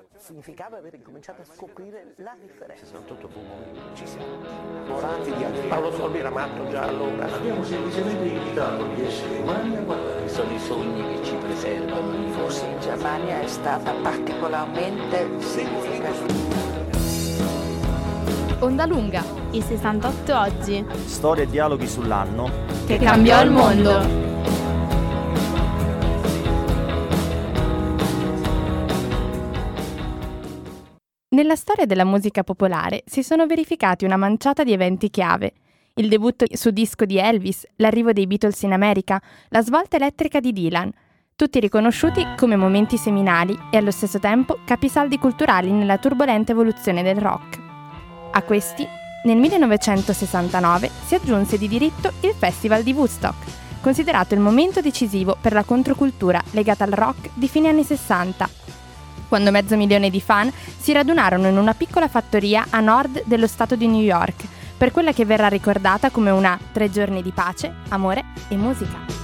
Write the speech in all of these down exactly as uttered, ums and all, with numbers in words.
Significava aver incominciato a scoprire la differenza. Soprattutto fu un momento decisivo. Morandi di altri. Paolo Solmi era matto già allora. Abbiamo semplicemente invitato gli esseri umani a guardare. Sono i sogni che ci preservano. Forse in Germania è stata particolarmente significativa. Onda Lunga, i sessantotto oggi. Storie e dialoghi sull'anno che cambiò il mondo. Nella storia della musica popolare si sono verificati una manciata di eventi chiave. Il debutto su disco di Elvis, l'arrivo dei Beatles in America, la svolta elettrica di Dylan, tutti riconosciuti come momenti seminali e allo stesso tempo capisaldi culturali nella turbolenta evoluzione del rock. A questi, nel millenovecentosessantanove si aggiunse di diritto il Festival di Woodstock, considerato il momento decisivo per la controcultura legata al rock di fine anni sessanta, quando mezzo milione di fan si radunarono in una piccola fattoria a nord dello stato di New York, per quella che verrà ricordata come una tre giorni di pace, amore e musica.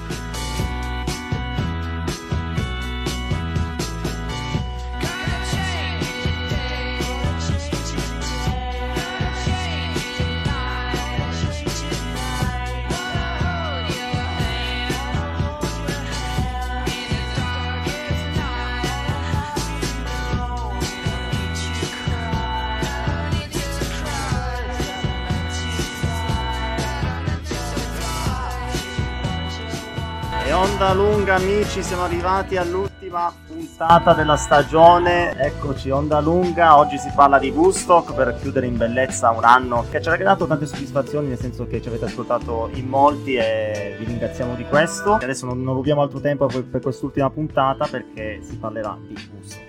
Onda Lunga, amici, siamo arrivati all'ultima puntata della stagione. Eccoci, Onda Lunga. Oggi si parla di Woodstock per chiudere in bellezza un anno che ci ha regalato tante soddisfazioni, nel senso che ci avete ascoltato in molti e vi ringraziamo di questo. E adesso non, non rubiamo altro tempo per, per quest'ultima puntata, perché si parlerà di Woodstock.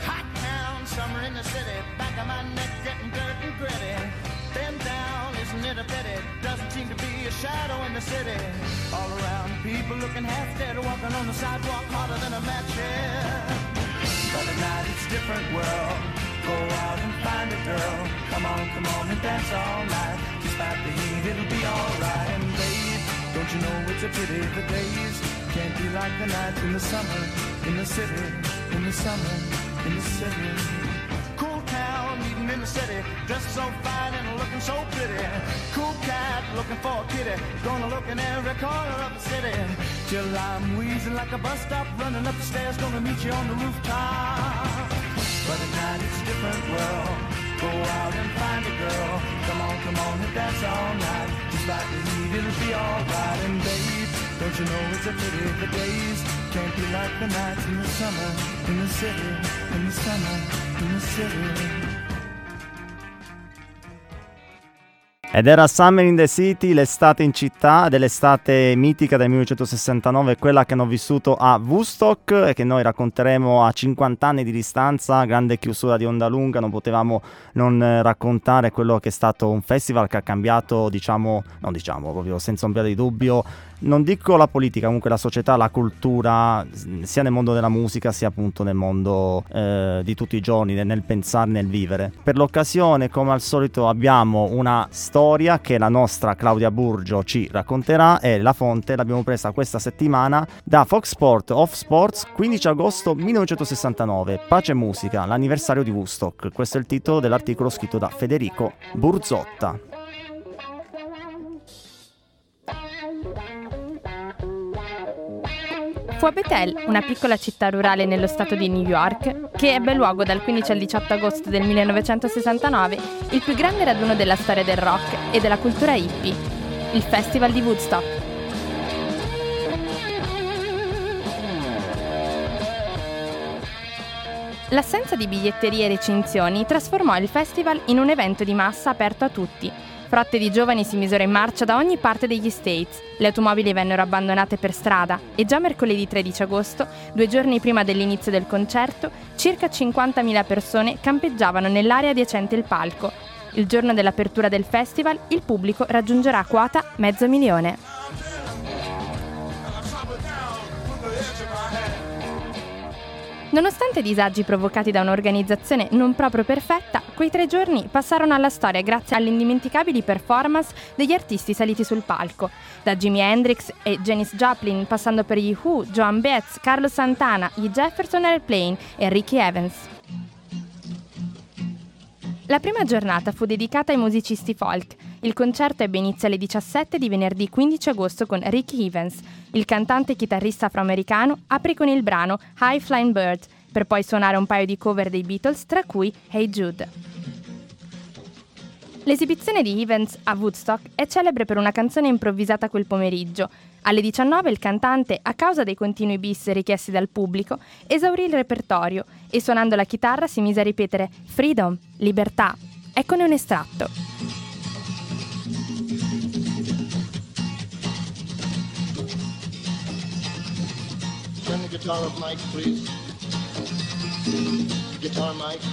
Shadow in the city, all around people looking half dead, walking on the sidewalk harder than a match head. But at night it's a different world. Go out and find a girl. Come on, come on and dance all night. Despite the heat, it'll be alright. And babe, don't you know it's a pity the days can't be like the nights in the summer, in the city, in the summer, in the city. Cool town, meeting in the city, dressed so fine and looking so pretty. Cool cat, looking for a kitty, gonna look in every corner of the city. Till I'm wheezing like a bus stop, running up the stairs, gonna meet you on the rooftop. But at night it's a different world. Go out and find a girl. Come on, come on and dance all night. Just like the heat, it'll be alright. And babe, don't you know it's a pity the days can't be like the nights in the summer, in the city, in the summer, in the city. Ed era Summer in the City, l'estate in città, dell'estate mitica del millenovecentosessantanove, quella che hanno vissuto a Woodstock e che noi racconteremo a cinquanta anni di distanza. Grande chiusura di Onda Lunga, non potevamo non raccontare quello che è stato un festival che ha cambiato, diciamo, non diciamo, proprio senza ombra di dubbio, non dico la politica, comunque la società, la cultura, sia nel mondo della musica sia appunto nel mondo eh, di tutti i giorni, nel pensare, nel vivere. Per l'occasione, come al solito, abbiamo una storia che la nostra Claudia Burgio ci racconterà e la fonte l'abbiamo presa questa settimana da Fox Sport Off Sports, quindici agosto millenovecentosessantanove, Pace e musica, l'anniversario di Woodstock. Questo è il titolo dell'articolo scritto da Federico Burzotta. Fu a Bethel, una piccola città rurale nello stato di New York, che ebbe luogo dal quindici al diciotto agosto del millenovecentosessantanove, il più grande raduno della storia del rock e della cultura hippie, il Festival di Woodstock. L'assenza di biglietterie e recinzioni trasformò il festival in un evento di massa aperto a tutti. Frotte di giovani si misero in marcia da ogni parte degli States, le automobili vennero abbandonate per strada e già mercoledì tredici agosto, due giorni prima dell'inizio del concerto, circa cinquantamila persone campeggiavano nell'area adiacente il palco. Il giorno dell'apertura del festival, il pubblico raggiungerà quota mezzo milione. Nonostante i disagi provocati da un'organizzazione non proprio perfetta, quei tre giorni passarono alla storia grazie alle indimenticabili performance degli artisti saliti sul palco, da Jimi Hendrix e Janis Joplin, passando per gli Who, Joan Baez, Carlos Santana, gli Jefferson Airplane e Ricky Evans. La prima giornata fu dedicata ai musicisti folk. Il concerto ebbe inizio alle diciassette di venerdì quindici agosto con Rick Evans. Il cantante e chitarrista afroamericano aprì con il brano High Flying Bird, per poi suonare un paio di cover dei Beatles, tra cui Hey Jude. L'esibizione di Evans a Woodstock è celebre per una canzone improvvisata quel pomeriggio. Alle diciannove il cantante, a causa dei continui bis richiesti dal pubblico, esaurì il repertorio e suonando la chitarra si mise a ripetere "Freedom, libertà". Eccone un estratto. Turn the guitar up, Mike, please. Guitar, Mike.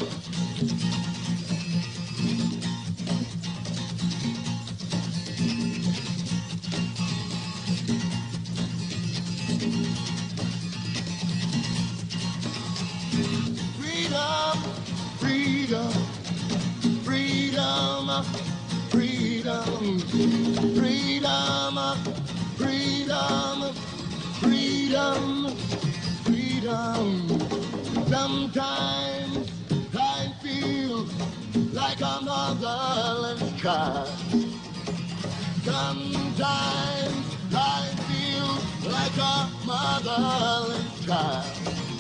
Freedom, freedom, freedom, freedom, freedom, freedom, freedom. Sometimes I feel like a motherless child. Sometimes I feel like a motherless child.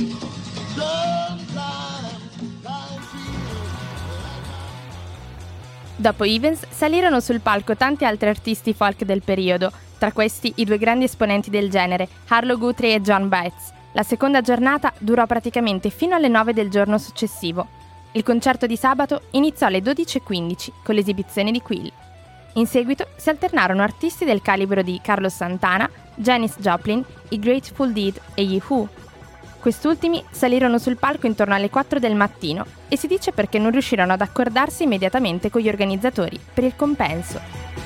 Dopo Evans salirono sul palco tanti altri artisti folk del periodo, tra questi i due grandi esponenti del genere, Arlo Guthrie e John Baez. La seconda giornata durò praticamente fino alle nove del giorno successivo. Il concerto di sabato iniziò alle dodici e quindici con l'esibizione di Quill. In seguito si alternarono artisti del calibro di Carlos Santana, Janis Joplin, i Grateful Dead e gli Who. Quest'ultimi salirono sul palco intorno alle quattro del mattino e si dice perché non riuscirono ad accordarsi immediatamente con gli organizzatori per il compenso.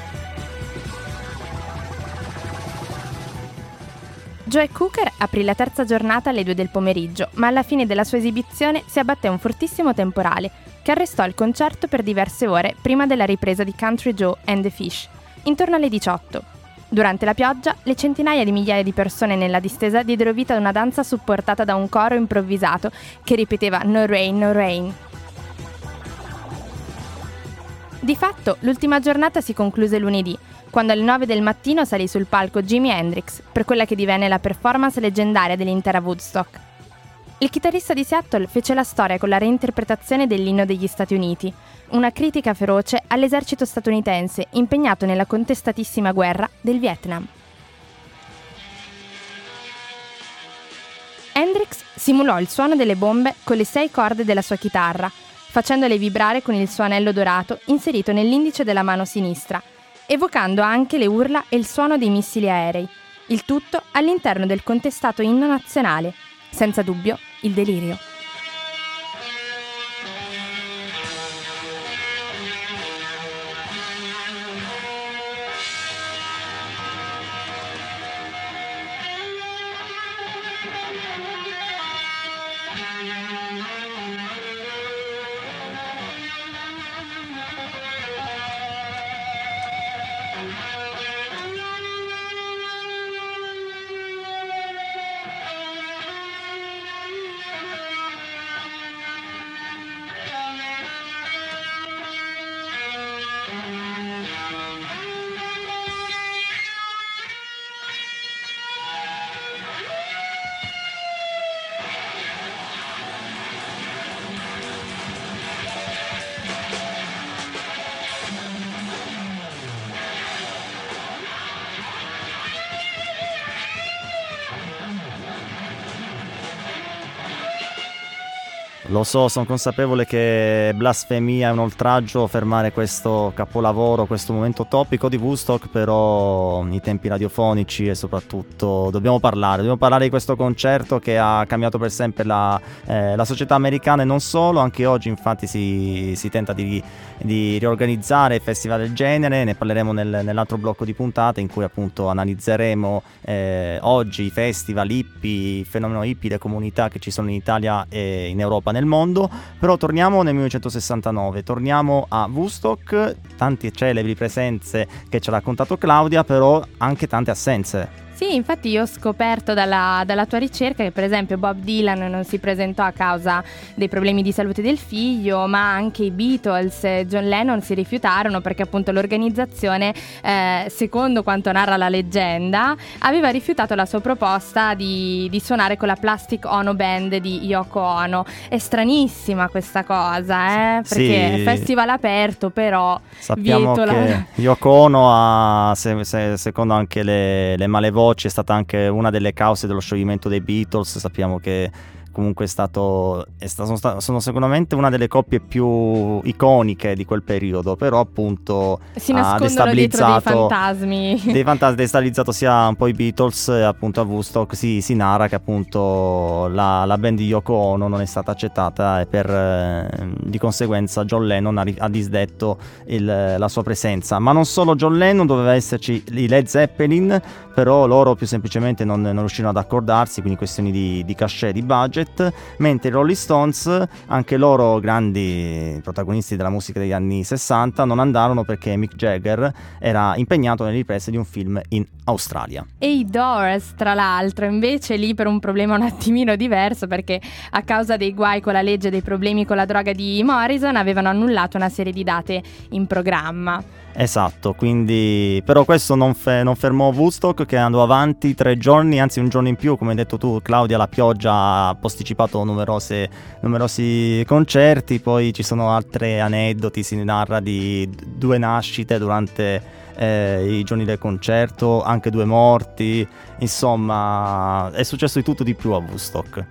Joe Cooker aprì la terza giornata alle due del pomeriggio, ma alla fine della sua esibizione si abbatté un fortissimo temporale che arrestò il concerto per diverse ore prima della ripresa di Country Joe and the Fish, intorno alle diciotto. Durante la pioggia, le centinaia di migliaia di persone nella distesa diedero vita ad una danza supportata da un coro improvvisato che ripeteva "No rain, no rain". Di fatto, l'ultima giornata si concluse lunedì, quando alle nove del mattino salì sul palco Jimi Hendrix per quella che divenne la performance leggendaria dell'intera Woodstock. Il chitarrista di Seattle fece la storia con la reinterpretazione dell'inno degli Stati Uniti, una critica feroce all'esercito statunitense impegnato nella contestatissima guerra del Vietnam. Hendrix simulò il suono delle bombe con le sei corde della sua chitarra, facendole vibrare con il suo anello dorato inserito nell'indice della mano sinistra, evocando anche le urla e il suono dei missili aerei, il tutto all'interno del contestato inno nazionale, senza dubbio il delirio. Lo so, sono consapevole che è blasfemia, è un oltraggio fermare questo capolavoro, questo momento topico di Woodstock, però i tempi radiofonici e soprattutto dobbiamo parlare, dobbiamo parlare di questo concerto che ha cambiato per sempre la, eh, la società americana e non solo. Anche oggi infatti si, si tenta di, di riorganizzare festival del genere, ne parleremo nel, nell'altro blocco di puntate in cui appunto analizzeremo eh, oggi i festival hippie, il fenomeno hippie, le comunità che ci sono in Italia e in Europa, nel mondo. Però torniamo nel millenovecentosessantanove, torniamo a Woodstock, tante celebri presenze che ci ha raccontato Claudia, però anche tante assenze. Sì, infatti io ho scoperto dalla, dalla tua ricerca che per esempio Bob Dylan non si presentò a causa dei problemi di salute del figlio, ma anche i Beatles e John Lennon si rifiutarono perché appunto l'organizzazione, eh, secondo quanto narra la leggenda, aveva rifiutato la sua proposta di, di suonare con la Plastic Ono Band di Yoko Ono. È stranissima questa cosa, eh? Perché sì, festival aperto, però sappiamo vieto che la... Yoko Ono ha, se, se, secondo anche le, le malevoci, è stata anche una delle cause dello scioglimento dei Beatles. Sappiamo che comunque è stato, è stato sono, sono sicuramente una delle coppie più iconiche di quel periodo, però appunto si ha nascondono dietro dei fantasmi dei fantasmi, destabilizzato sia un po' i Beatles e appunto a Woodstock si, si narra che appunto la, la band di Yoko Ono non è stata accettata e per eh, di conseguenza John Lennon ha, ha disdetto il, la sua presenza. Ma non solo John Lennon, doveva esserci i Led Zeppelin, però loro più semplicemente non, non riuscirono ad accordarsi, quindi questioni di, di cachet, di budget, mentre i Rolling Stones, anche loro grandi protagonisti della musica degli anni sessanta, non andarono perché Mick Jagger era impegnato nelle riprese di un film in Australia. E i Doors, tra l'altro, invece lì per un problema un attimino diverso, perché a causa dei guai con la legge e dei problemi con la droga di Morrison avevano annullato una serie di date in programma. Esatto, quindi però questo non, fe- non fermò Woodstock, che andò avanti tre giorni, anzi un giorno in più, come hai detto tu Claudia. La pioggia ha posticipato numerose, numerosi concerti. Poi ci sono altri aneddoti, si narra di due nascite durante eh, i giorni del concerto, anche due morti, insomma è successo di tutto di più a Woodstock.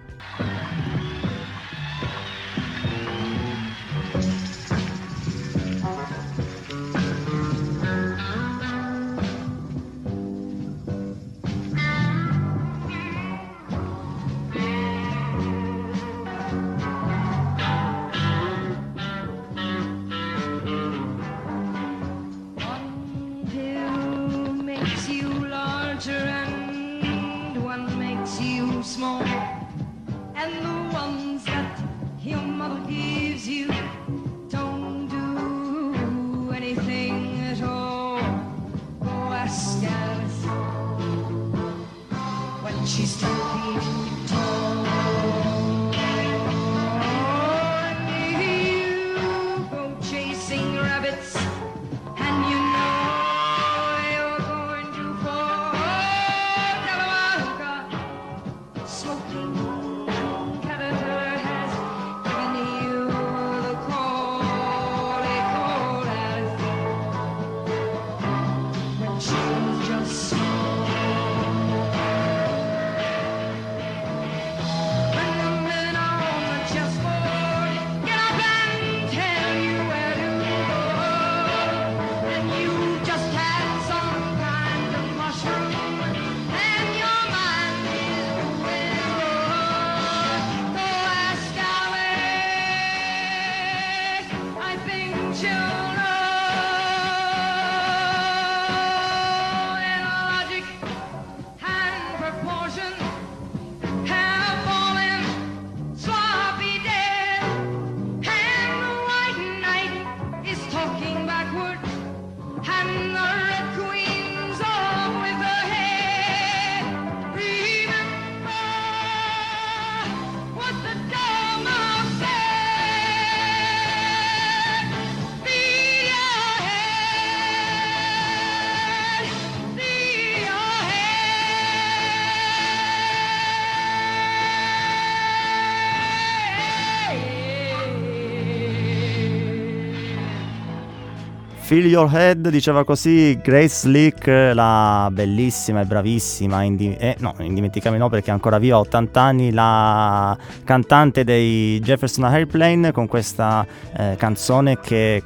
Feel Your Head, diceva così Grace Slick, la bellissima e bravissima, indi- eh, no, indimenticabile no perché è ancora viva, ottanta anni, la cantante dei Jefferson Airplane, con questa eh, canzone che,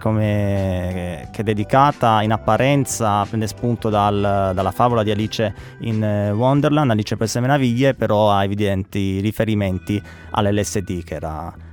come, che è dedicata in apparenza, prende spunto dal, dalla favola di Alice in Wonderland, Alice per le meraviglie, però ha evidenti riferimenti all'L S D, che era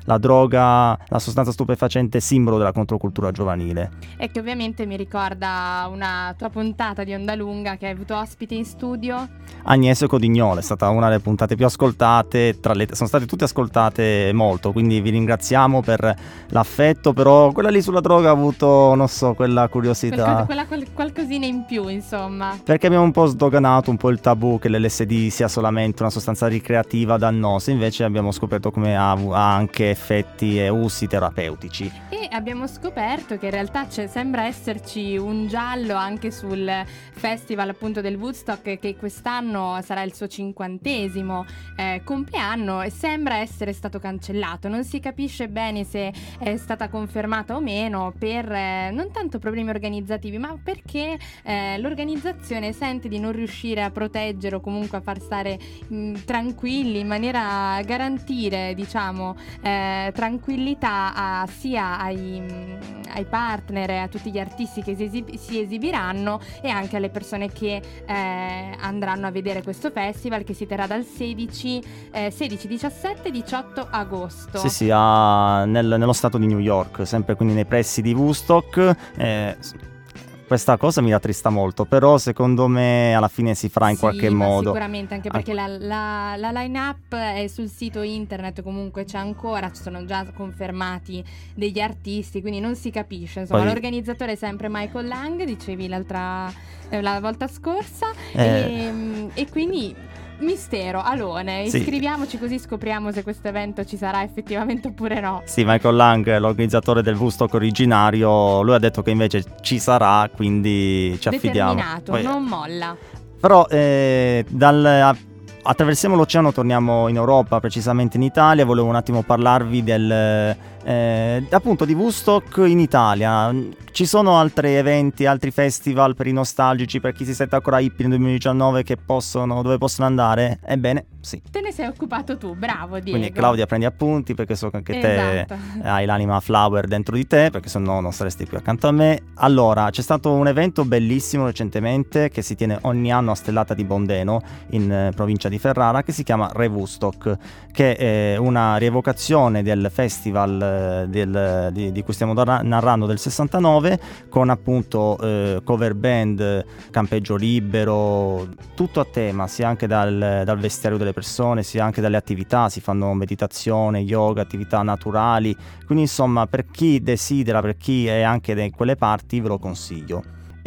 la droga, la sostanza stupefacente simbolo della controcultura giovanile. E che ovviamente mi ricorda una tua puntata di Onda Lunga che hai avuto ospite in studio. Agnese Codignolo è stata una delle puntate più ascoltate, tra le, sono state tutte ascoltate molto, quindi vi ringraziamo per l'affetto, però quella lì sulla droga ha avuto, non so, quella curiosità. Qualcosa, quella qual- qualcosina in più, insomma. Perché abbiamo un po' sdoganato un po' il tabù che l'L S D sia solamente una sostanza ricreativa dannosa, invece abbiamo scoperto come ha, ha anche effetti e usi terapeutici. E abbiamo scoperto che in realtà c'è, sembra esserci un giallo anche sul festival appunto del Woodstock, che quest'anno sarà il suo cinquantesimo eh, compleanno e sembra essere stato cancellato. Non si capisce bene se è stata confermata o meno per eh, non tanto problemi organizzativi, ma perché eh, l'organizzazione sente di non riuscire a proteggere o comunque a far stare mh, tranquilli in maniera a garantire, diciamo, eh, tranquillità a, sia ai, mh, ai partner e a tutti gli artisti che si, esib- si esibiranno e anche alle persone che eh, andranno a vedere questo festival, che si terrà dal sedici, eh, sedici, diciassette e diciotto agosto. Sì, sì, a, nel, nello stato di New York, sempre quindi nei pressi di Woodstock. Eh, questa cosa mi rattrista molto, però secondo me alla fine si farà in sì, qualche ma modo. Sicuramente, anche perché la, la, la line-up è sul sito internet, comunque c'è ancora, ci sono già confermati degli artisti, quindi non si capisce. Insomma, Poi... l'organizzatore è sempre Michael Lang, dicevi l'altra eh, la volta scorsa, eh... e, e quindi... mistero, alone, sì. Iscriviamoci così scopriamo se questo evento ci sarà effettivamente oppure no. Sì, Michael Lang, l'organizzatore del Woodstock originario, lui ha detto che invece ci sarà, quindi ci affidiamo. Determinato, Poi, non molla. Però eh, dal... attraversiamo l'oceano, torniamo in Europa, precisamente in Italia. Volevo un attimo parlarvi del eh, appunto di Woodstock in Italia. Ci sono altri eventi, altri festival per i nostalgici, per chi si sente ancora hippie nel duemiladiciannove, che possono, dove possono andare? Ebbene, sì. Te ne sei occupato tu, bravo Diego. Quindi Claudia, prendi appunti, perché so che anche esatto. te hai l'anima flower dentro di te, perché sennò non saresti qui accanto a me. Allora, c'è stato un evento bellissimo recentemente che si tiene ogni anno a Stellata di Bondeno, in eh, provincia di Ferrara, che si chiama Re Woodstock, che è una rievocazione del festival eh, del, di, di cui stiamo dar- narrando del sessantanove, con appunto eh, cover band, campeggio libero, tutto a tema, sia anche dal, dal vestiario delle persone, sia anche dalle attività. Si fanno meditazione, yoga, attività naturali, quindi insomma per chi desidera, per chi è anche da quelle parti, ve lo consiglio.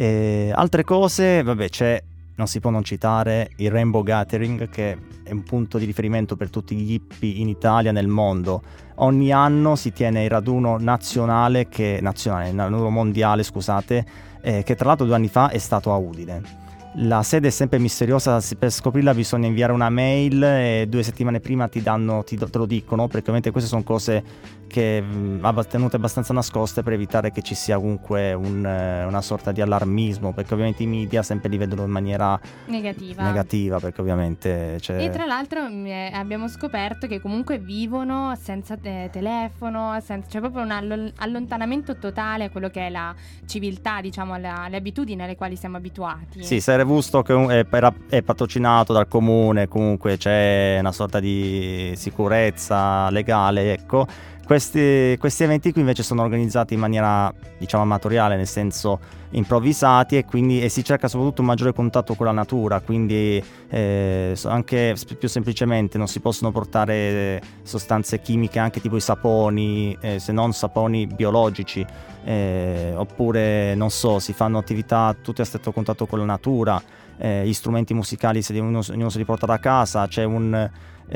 E altre cose, vabbè, c'è, non si può non citare il Rainbow Gathering, che è un punto di riferimento per tutti gli hippie in Italia e nel mondo. Ogni anno si tiene il raduno nazionale, che nazionale, il raduno mondiale, scusate, eh, che tra l'altro due anni fa è stato a Udine. La sede è sempre misteriosa, per scoprirla bisogna inviare una mail e due settimane prima ti danno, ti, te lo dicono, perché ovviamente queste sono cose che va tenute abbastanza nascoste per evitare che ci sia comunque un, una sorta di allarmismo, perché ovviamente i media sempre li vedono in maniera negativa, negativa perché ovviamente c'è... E tra l'altro eh, abbiamo scoperto che comunque vivono senza te- telefono, senza, c'è proprio un allo- allontanamento totale a quello che è la civiltà, diciamo, alla, alle abitudini alle quali siamo abituati. Sì, Re Woodstock è, è, è patrocinato dal comune, comunque c'è una sorta di sicurezza legale, ecco. Questi, questi eventi qui invece sono organizzati in maniera, diciamo, amatoriale, nel senso improvvisati, e quindi e si cerca soprattutto un maggiore contatto con la natura, quindi eh, anche più semplicemente non si possono portare sostanze chimiche, anche tipo i saponi, eh, se non saponi biologici, eh, oppure non so, si fanno attività tutte a stretto contatto con la natura, eh, gli strumenti musicali se ognuno, ognuno se li porta da casa, c'è un...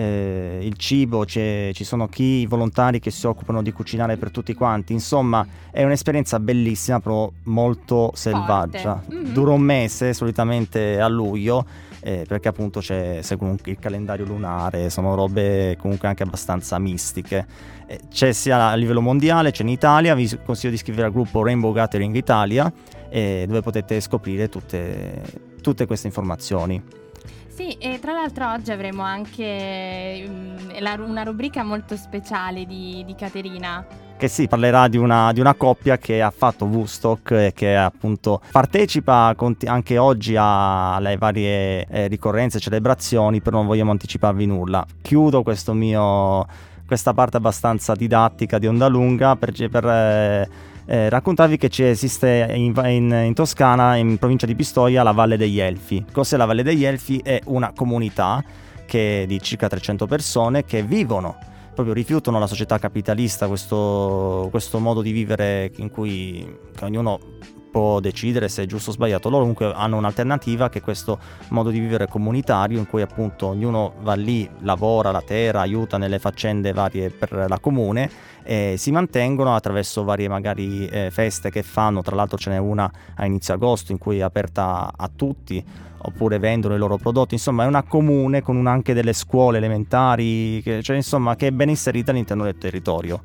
Eh, il cibo, c'è, ci sono chi, i volontari che si occupano di cucinare per tutti quanti. Insomma, è un'esperienza bellissima, però molto selvaggia. Mm-hmm. Dura un mese, solitamente a luglio, eh, perché appunto c'è, secondo il calendario lunare, sono robe comunque anche abbastanza mistiche. Eh, c'è sia a livello mondiale, c'è in Italia. Vi consiglio di iscrivervi al gruppo Rainbow Gathering Italia, eh, dove potete scoprire tutte, tutte queste informazioni. Sì, e tra l'altro oggi avremo anche um, la, una rubrica molto speciale di, di Caterina. Che sì, parlerà di una, di una coppia che ha fatto Woodstock e che appunto partecipa conti- anche oggi a, alle varie eh, ricorrenze e celebrazioni, però non vogliamo anticiparvi nulla. Chiudo questo mio... questa parte abbastanza didattica di Onda Lunga per, per eh, eh, raccontarvi che ci esiste in, in, in Toscana, in provincia di Pistoia, la Valle degli Elfi. Cos'è la Valle degli Elfi? È una comunità che di circa trecento persone che vivono, proprio rifiutano la società capitalista, questo, questo modo di vivere in cui che ognuno può decidere se è giusto o sbagliato. Loro comunque hanno un'alternativa, che è questo modo di vivere comunitario, in cui appunto ognuno va lì, lavora la terra, aiuta nelle faccende varie per la comune, e si mantengono attraverso varie magari eh, feste che fanno. Tra l'altro ce n'è una a inizio agosto in cui è aperta a tutti, oppure vendono i loro prodotti. Insomma, è una comune con una, anche delle scuole elementari, che, cioè insomma, che è ben inserita all'interno del territorio.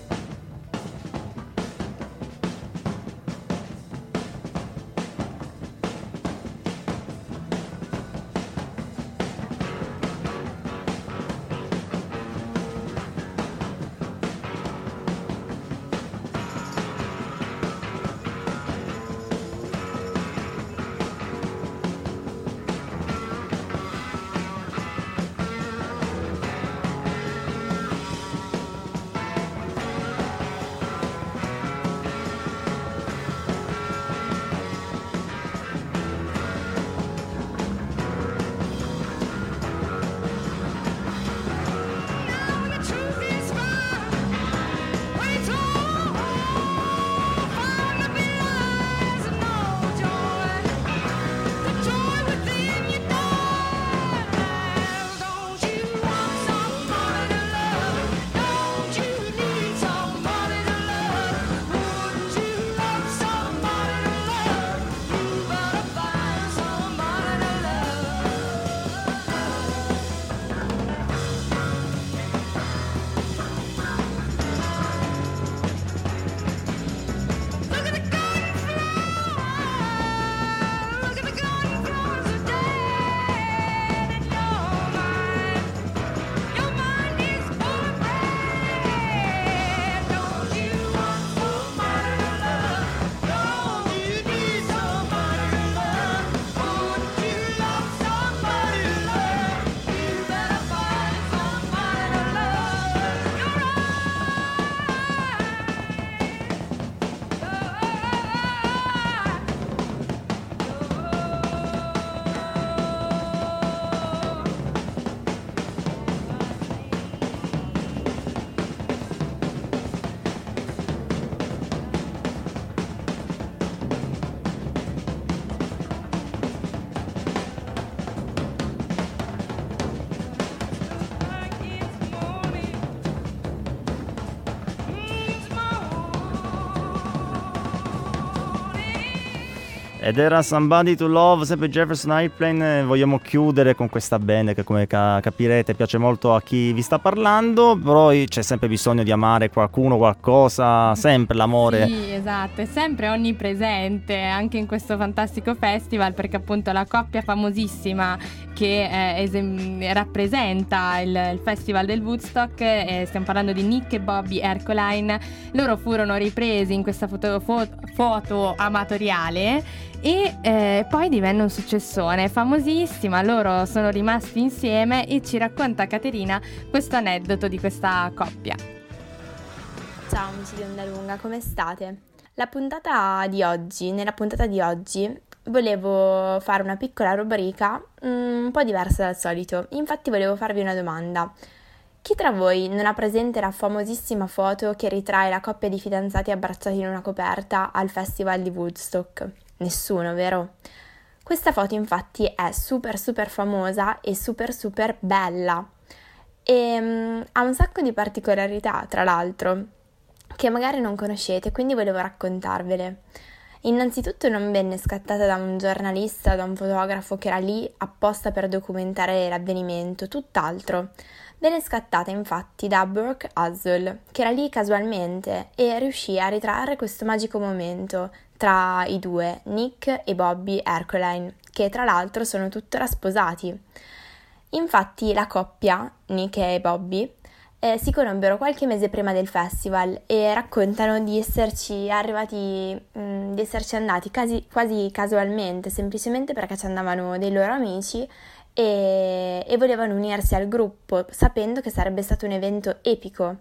Ed era Somebody to Love, sempre Jefferson Airplane. Vogliamo chiudere con questa band che, come ca- capirete, piace molto a chi vi sta parlando, però c'è sempre bisogno di amare qualcuno, qualcosa, sempre l'amore. Sì, esatto, è sempre onnipresente anche in questo fantastico festival, perché appunto la coppia famosissima che eh, esem- rappresenta il, il festival del Woodstock, eh, stiamo parlando di Nick e Bobby Ercoline. Loro furono ripresi in questa foto, fo- foto amatoriale e eh, poi divenne un successone, famosissima. Loro sono rimasti insieme e ci racconta Caterina questo aneddoto di questa coppia. Ciao amici di Onda Lunga, come state? La puntata di oggi, nella puntata di oggi volevo fare una piccola rubrica un po' diversa dal solito. Infatti volevo farvi una domanda. Chi tra voi non ha presente la famosissima foto che ritrae la coppia di fidanzati abbracciati in una coperta al festival di Woodstock? Nessuno, vero? Questa foto infatti è super super famosa e super super bella e um, ha un sacco di particolarità, tra l'altro, che magari non conoscete, quindi volevo raccontarvele. Innanzitutto non venne scattata da un giornalista, da un fotografo che era lì apposta per documentare l'avvenimento, tutt'altro. Venne scattata infatti da Burke Hazzle, che era lì casualmente e riuscì a ritrarre questo magico momento tra i due, Nick e Bobby Ercoline, che tra l'altro sono tuttora sposati. Infatti la coppia, Nick e Bobby, eh, si conobbero qualche mese prima del festival e raccontano di esserci arrivati, mh, di esserci andati quasi, quasi casualmente, semplicemente perché ci andavano dei loro amici e, e volevano unirsi al gruppo sapendo che sarebbe stato un evento epico.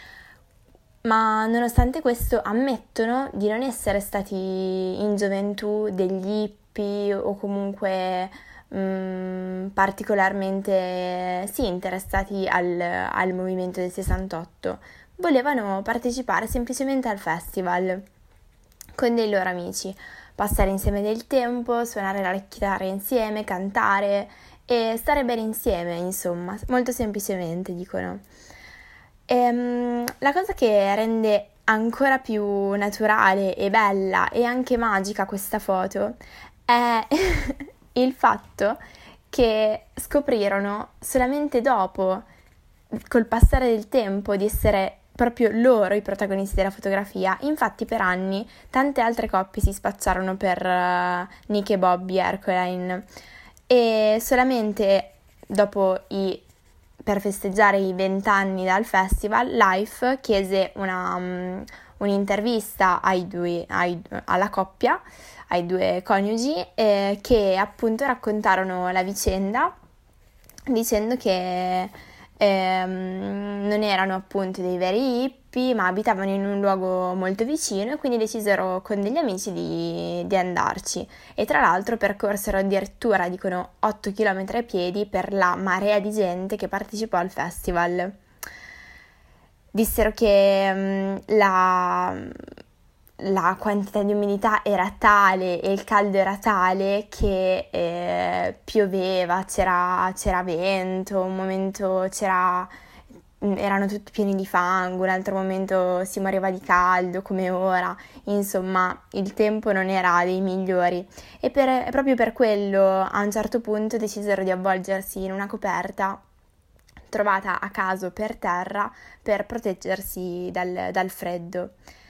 Ma nonostante questo ammettono di non essere stati in gioventù degli hippie o comunque mh, particolarmente sì, interessati al, al movimento del sessantotto. Volevano partecipare semplicemente al festival con dei loro amici, passare insieme del tempo, suonare la chitarra insieme, cantare e stare bene insieme, insomma, molto semplicemente, dicono. Ehm, la cosa che rende ancora più naturale e bella e anche magica questa foto è il fatto che scoprirono solamente dopo, col passare del tempo, di essere proprio loro i protagonisti della fotografia. Infatti per anni tante altre coppie si spacciarono per uh, Nick e Bobby Ercoline e solamente dopo i per festeggiare i vent'anni dal festival, Life chiese una, um, un'intervista ai due, ai, alla coppia, ai due coniugi, eh, che appunto raccontarono la vicenda dicendo che ehm, non erano appunto dei veri hippie, ma abitavano in un luogo molto vicino e quindi decisero con degli amici di, di andarci. E tra l'altro percorsero addirittura, dicono, otto chilometri a piedi per la marea di gente che partecipò al festival. Dissero che mh, la, la quantità di umidità era tale e il caldo era tale che eh, pioveva, c'era, c'era vento, un momento c'era... erano tutti pieni di fango, un altro momento si moriva di caldo come ora, insomma il tempo non era dei migliori e per, proprio per quello a un certo punto decisero di avvolgersi in una coperta trovata a caso per terra per proteggersi dal, dal freddo.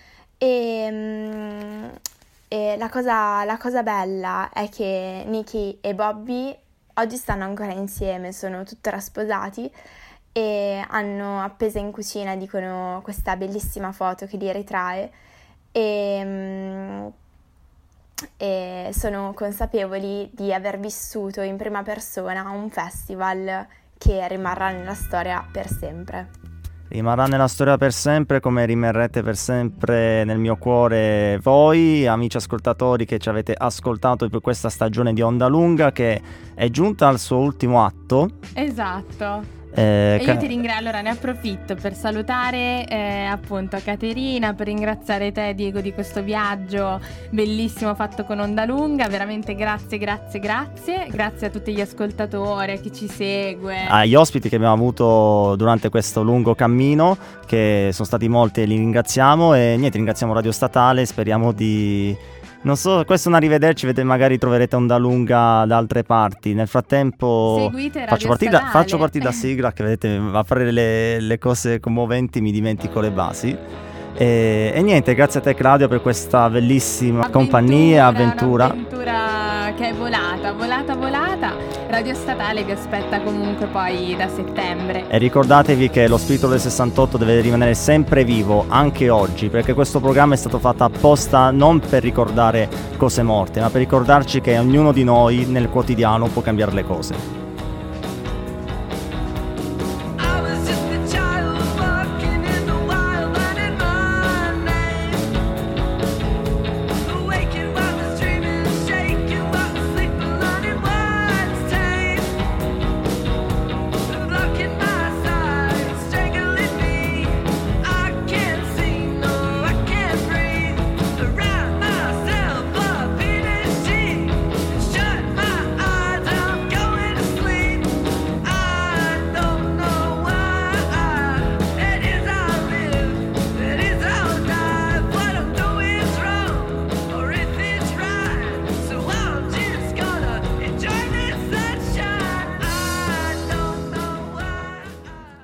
E, e la cosa, la cosa bella è che Nicky e Bobby oggi stanno ancora insieme, sono tuttora sposati e hanno appesa in cucina, dicono, questa bellissima foto che li ritrae e, e sono consapevoli di aver vissuto in prima persona un festival che rimarrà nella storia per sempre. Rimarrà nella storia per sempre, come rimarrete per sempre nel mio cuore voi, amici ascoltatori che ci avete ascoltato per questa stagione di Onda Lunga che è giunta al suo ultimo atto. Esatto. Eh, e io ti ringrazio, allora ne approfitto per salutare eh, appunto Caterina, per ringraziare te Diego di questo viaggio bellissimo fatto con Onda Lunga, veramente grazie grazie grazie grazie a tutti gli ascoltatori, a chi ci segue, agli ospiti che abbiamo avuto durante questo lungo cammino, che sono stati molti e li ringraziamo e niente, ringraziamo Radio Statale, speriamo di... non so, questo è un arrivederci, vedete, magari troverete Onda Lunga da altre parti. Nel frattempo seguite Radio faccio partire, Statale. faccio partire la sigla che vedete va a fare le, le cose commoventi, mi dimentico le basi. E, e niente, grazie a te Claudio per questa bellissima avventura, compagnia, avventura. Un'avventura che è volata, volata, volata. Radio Statale vi aspetta comunque poi da settembre. E ricordatevi che lo spirito del sessantotto deve rimanere sempre vivo, anche oggi, perché questo programma è stato fatto apposta non per ricordare cose morte, ma per ricordarci che ognuno di noi nel quotidiano può cambiare le cose.